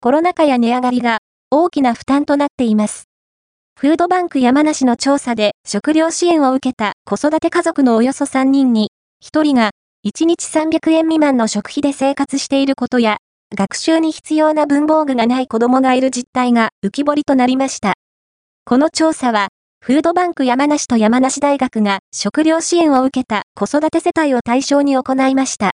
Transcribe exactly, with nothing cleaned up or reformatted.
コロナ禍や値上がりが大きな負担となっています。フードバンク山梨の調査で食料支援を受けた子育て家族のおよそさんにんにひとりがいちにちさんびゃくえん未満の食費で生活していることや、学習に必要な文房具がない子供がいる実態が浮き彫りとなりました。この調査は、フードバンク山梨と山梨大学が食料支援を受けた子育て世帯を対象に行いました。